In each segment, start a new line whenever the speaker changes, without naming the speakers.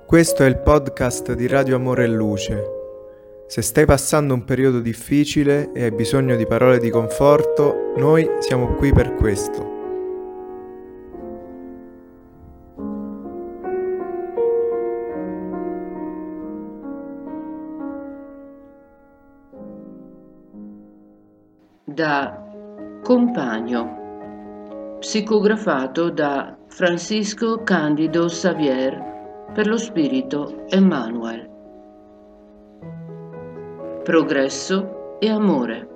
Questo è il podcast di Radio Amore e Luce. Se stai passando un periodo difficile e hai bisogno di parole di conforto, noi siamo qui per questo.
Da Compagno, psicografato da Francisco Cándido Xavier per lo spirito Emmanuel. Progresso e amore.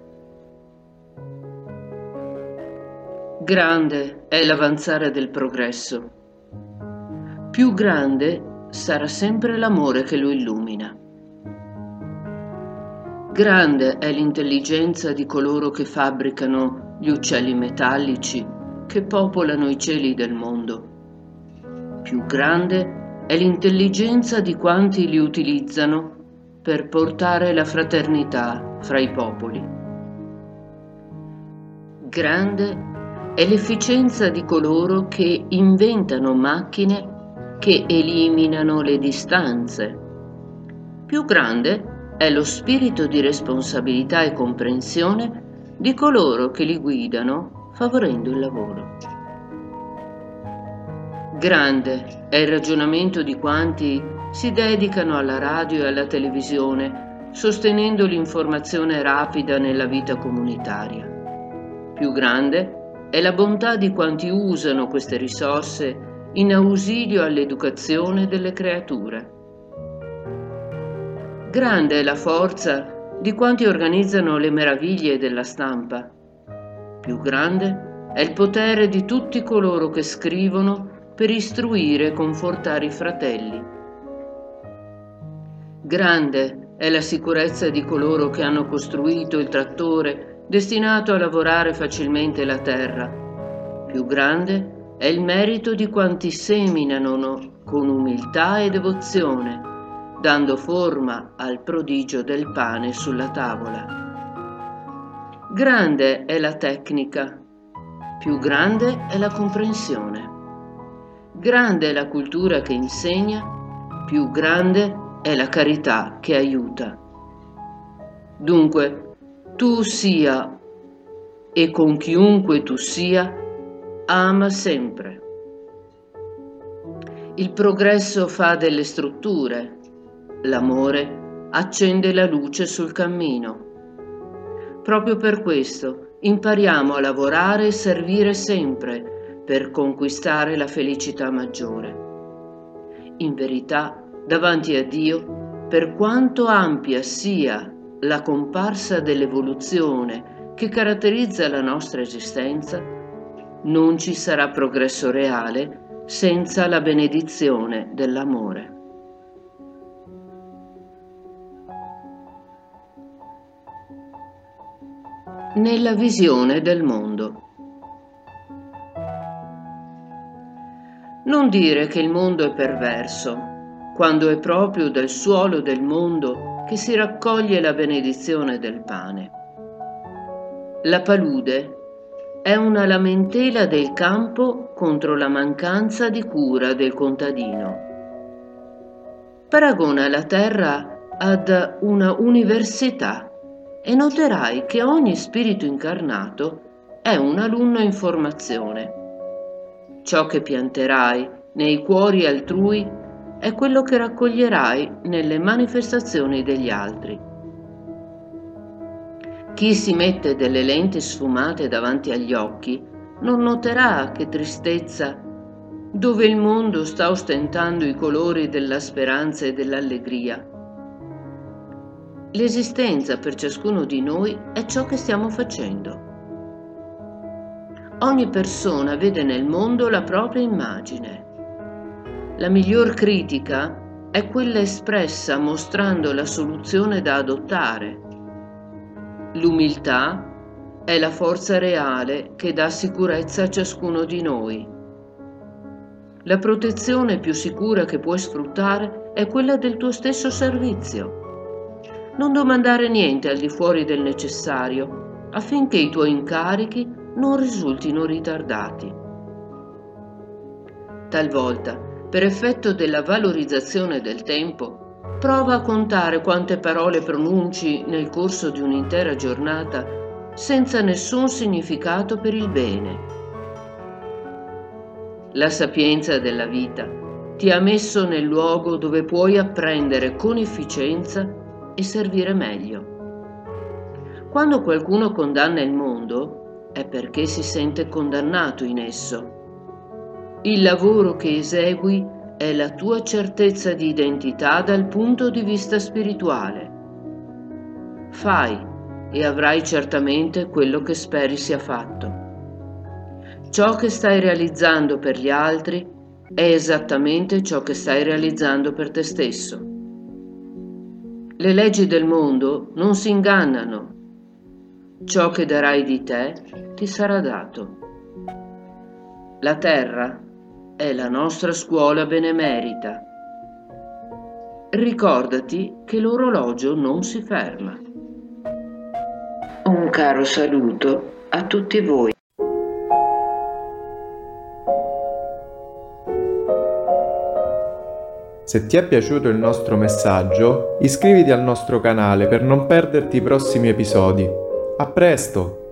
Grande è l'avanzare del progresso. Più grande sarà sempre l'amore che lo illumina. Grande è l'intelligenza di coloro che fabbricano gli uccelli metallici che popolano i cieli del mondo. Più grande è l'intelligenza di quanti li utilizzano per portare la fraternità fra i popoli. Grande è l'efficienza di coloro che inventano macchine che eliminano le distanze. Più grande è lo spirito di responsabilità e comprensione di coloro che li guidano favorendo il lavoro. Grande è il ragionamento di quanti si dedicano alla radio e alla televisione, sostenendo l'informazione rapida nella vita comunitaria. Più grande è la bontà di quanti usano queste risorse in ausilio all'educazione delle creature. Grande è la forza di quanti organizzano le meraviglie della stampa. Più grande è il potere di tutti coloro che scrivono per istruire e confortare i fratelli. Grande è la sicurezza di coloro che hanno costruito il trattore destinato a lavorare facilmente la terra. Più grande è il merito di quanti seminano con umiltà e devozione, dando forma al prodigio del pane sulla tavola. Grande è la tecnica, più grande è la comprensione. Grande è la cultura che insegna, più grande è la carità che aiuta. Dunque, tu sia e con chiunque tu sia, ama sempre. Il progresso fa delle strutture, l'amore accende la luce sul cammino. Proprio per questo impariamo a lavorare e servire sempre per conquistare la felicità maggiore. In verità, davanti a Dio, per quanto ampia sia la comparsa dell'evoluzione che caratterizza la nostra esistenza, non ci sarà progresso reale senza la benedizione dell'amore. Nella visione del mondo. Non dire che il mondo è perverso, quando è proprio dal suolo del mondo che si raccoglie la benedizione del pane. La palude è una lamentela del campo contro la mancanza di cura del contadino. Paragona la terra ad una università e noterai che ogni spirito incarnato è un alunno in formazione. Ciò che pianterai nei cuori altrui è quello che raccoglierai nelle manifestazioni degli altri. Chi si mette delle lenti sfumate davanti agli occhi non noterà che tristezza dove il mondo sta ostentando i colori della speranza e dell'allegria. L'esistenza per ciascuno di noi è ciò che stiamo facendo. Ogni persona vede nel mondo la propria immagine. La miglior critica è quella espressa mostrando la soluzione da adottare. L'umiltà è la forza reale che dà sicurezza a ciascuno di noi. La protezione più sicura che puoi sfruttare è quella del tuo stesso servizio. Non domandare niente al di fuori del necessario affinché i tuoi incarichi non risultino ritardati. Talvolta per effetto della valorizzazione del tempo, prova a contare quante parole pronunci nel corso di un'intera giornata senza nessun significato per il bene. La sapienza della vita ti ha messo nel luogo dove puoi apprendere con efficienza e servire meglio. Quando qualcuno condanna il mondo, è perché si sente condannato in esso. Il lavoro che esegui è la tua certezza di identità dal punto di vista spirituale. Fai e avrai certamente quello che speri sia fatto. Ciò che stai realizzando per gli altri è esattamente ciò che stai realizzando per te stesso. Le leggi del mondo non si ingannano. Ciò che darai di te ti sarà dato. La terra è la nostra scuola benemerita. Ricordati che l'orologio non si ferma. Un caro saluto a tutti voi.
Se ti è piaciuto il nostro messaggio, iscriviti al nostro canale per non perderti i prossimi episodi. A presto!